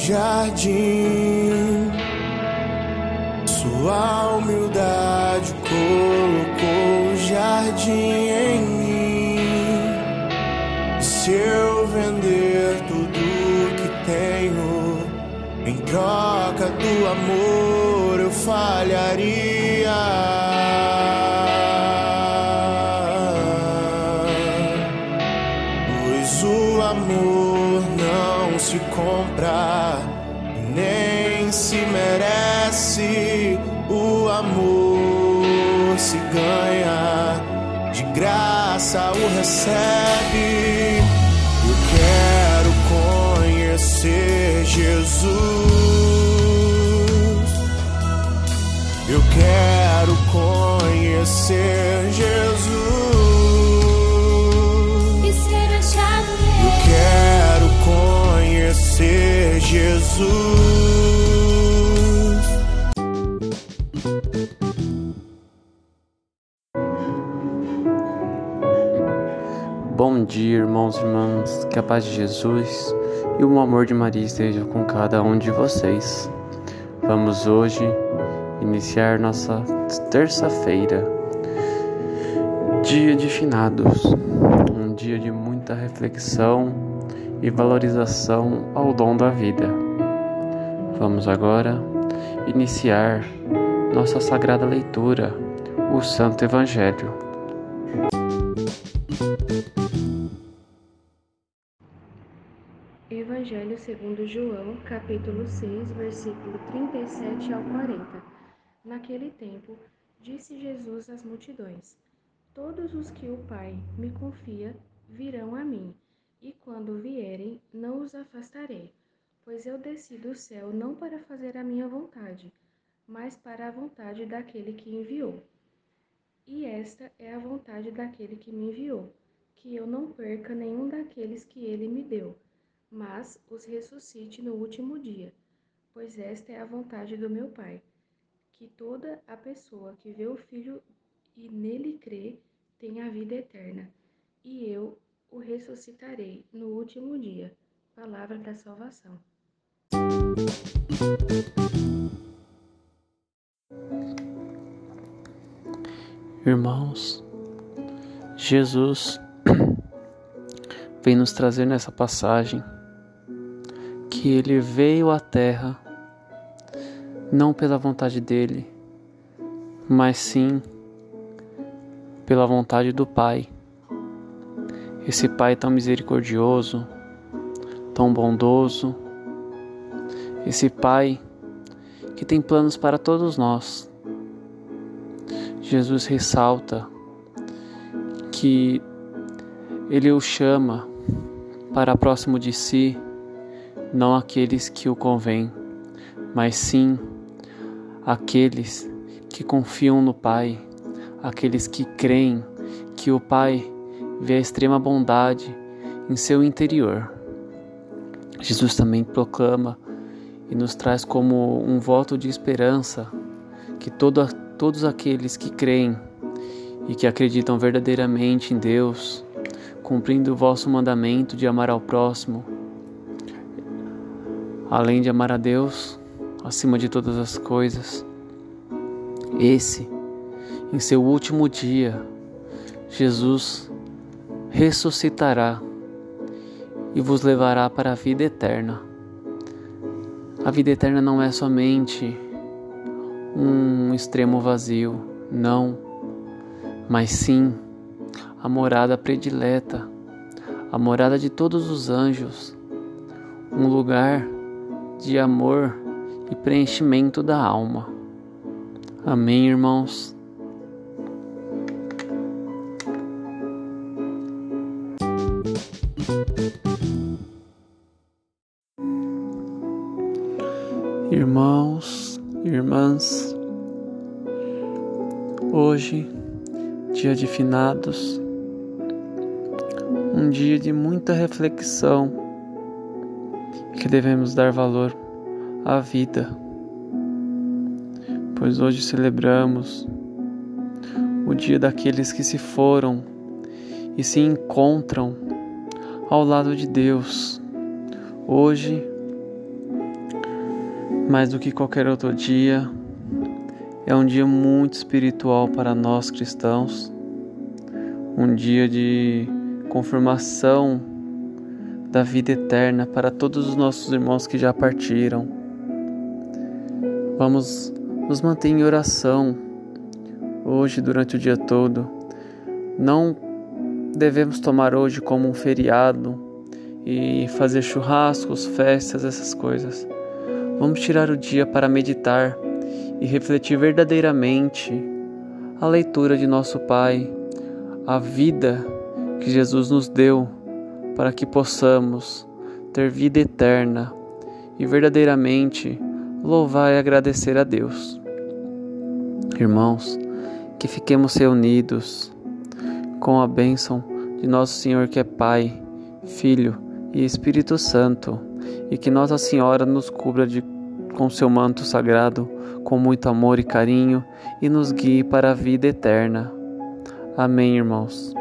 jardim. Sua humildade colocou o jardim em mim. Se eu vender tudo que tenho em troca do amor, eu falharia. Pois o amor não se compra, nem se merece. O amor se ganha, de graça o recebe. Eu quero conhecer Jesus. Eu quero conhecer Jesus. E ser achado nele. Eu quero conhecer Jesus. Bom dia, irmãos e irmãs, que a paz de Jesus e o amor de Maria esteja com cada um de vocês. Vamos hoje iniciar nossa terça-feira, dia de finados, um dia de muita reflexão e valorização ao dom da vida. Vamos agora iniciar nossa sagrada leitura, o Santo Evangelho. Evangelho segundo João, capítulo 6, versículo 37 ao 40. Naquele tempo, disse Jesus às multidões: Todos os que o Pai me confia virão a mim, e quando vierem, não os afastarei, pois eu desci do céu não para fazer a minha vontade, mas para a vontade daquele que enviou. E esta é a vontade daquele que me enviou, que eu não perca nenhum daqueles que ele me deu, mas os ressuscite no último dia, pois esta é a vontade do meu Pai, que toda a pessoa que vê o Filho e nele crê tenha a vida eterna, e eu o ressuscitarei no último dia. Palavra da salvação. Irmãos, Jesus vem nos trazer nessa passagem que ele veio à terra não pela vontade dele, mas sim pela vontade do Pai. Esse Pai tão misericordioso, tão bondoso, esse Pai que tem planos para todos nós. Jesus ressalta que ele o chama para próximo de si, não aqueles que o convêm, mas sim aqueles que confiam no Pai, aqueles que creem que o Pai vê a extrema bondade em seu interior. Jesus também proclama e nos traz como um voto de esperança que todos aqueles que creem e que acreditam verdadeiramente em Deus, cumprindo o vosso mandamento de amar ao próximo, além de amar a Deus acima de todas as coisas, esse, em seu último dia, Jesus ressuscitará e vos levará para a vida eterna. A vida eterna não é somente um extremo vazio, não, mas sim a morada predileta, a morada de todos os anjos, um lugar de amor e preenchimento da alma. Amém, irmãos? Irmãos, irmãs, hoje, dia de finados, um dia de muita reflexão, que devemos dar valor à vida, pois hoje celebramos o dia daqueles que se foram e se encontram ao lado de Deus. Hoje Mais do que qualquer outro dia, é um dia muito espiritual para nós cristãos, um dia de confirmação da vida eterna para todos os nossos irmãos que já partiram. Vamos nos manter em oração hoje durante o dia todo. Não devemos tomar hoje como um feriado e fazer churrascos, festas, essas coisas. Vamos tirar o dia para meditar e refletir verdadeiramente a leitura de nosso Pai, a vida que Jesus nos deu para que possamos ter vida eterna e verdadeiramente louvar e agradecer a Deus. Irmãos, que fiquemos reunidos com a bênção de nosso Senhor que é Pai, Filho e Espírito Santo, e que Nossa Senhora nos cubra com seu manto sagrado, com muito amor e carinho, e nos guie para a vida eterna. Amém, irmãos.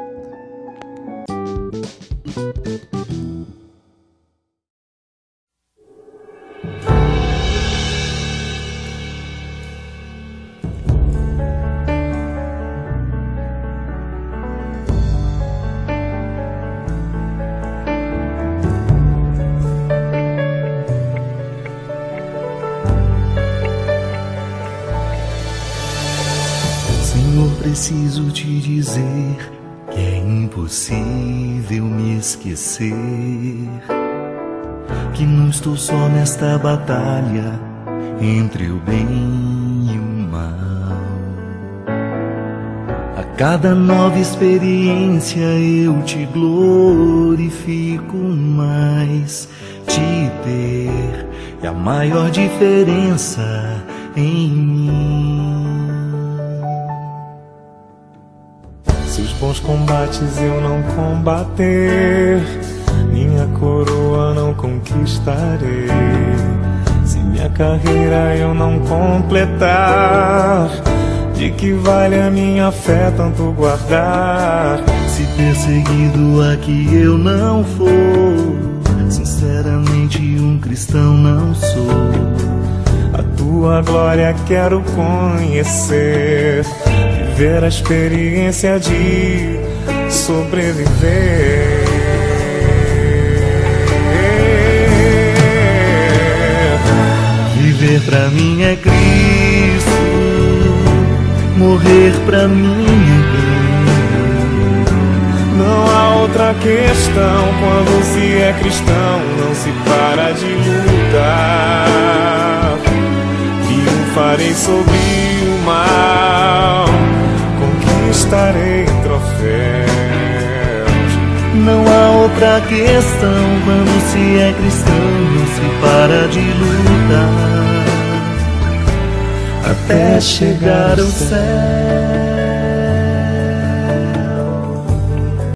Preciso te dizer que é impossível me esquecer, que não estou só nesta batalha entre o bem e o mal. A cada nova experiência eu te glorifico mais. Te ter é a maior diferença em mim. Se os bons combates eu não combater, minha coroa não conquistarei. Se minha carreira eu não completar, de que vale a minha fé tanto guardar? Se perseguido aqui eu não for, sinceramente um cristão não sou. A tua glória quero conhecer, viver a experiência de sobreviver. Viver pra mim é Cristo, morrer pra mim é ganho. Não há outra questão, quando se é cristão não se para de lutar. Triunfarei sobre o mal, conquistarei troféus. Não há outra questão, quando se é cristão não se para de lutar, até chegar ao céu.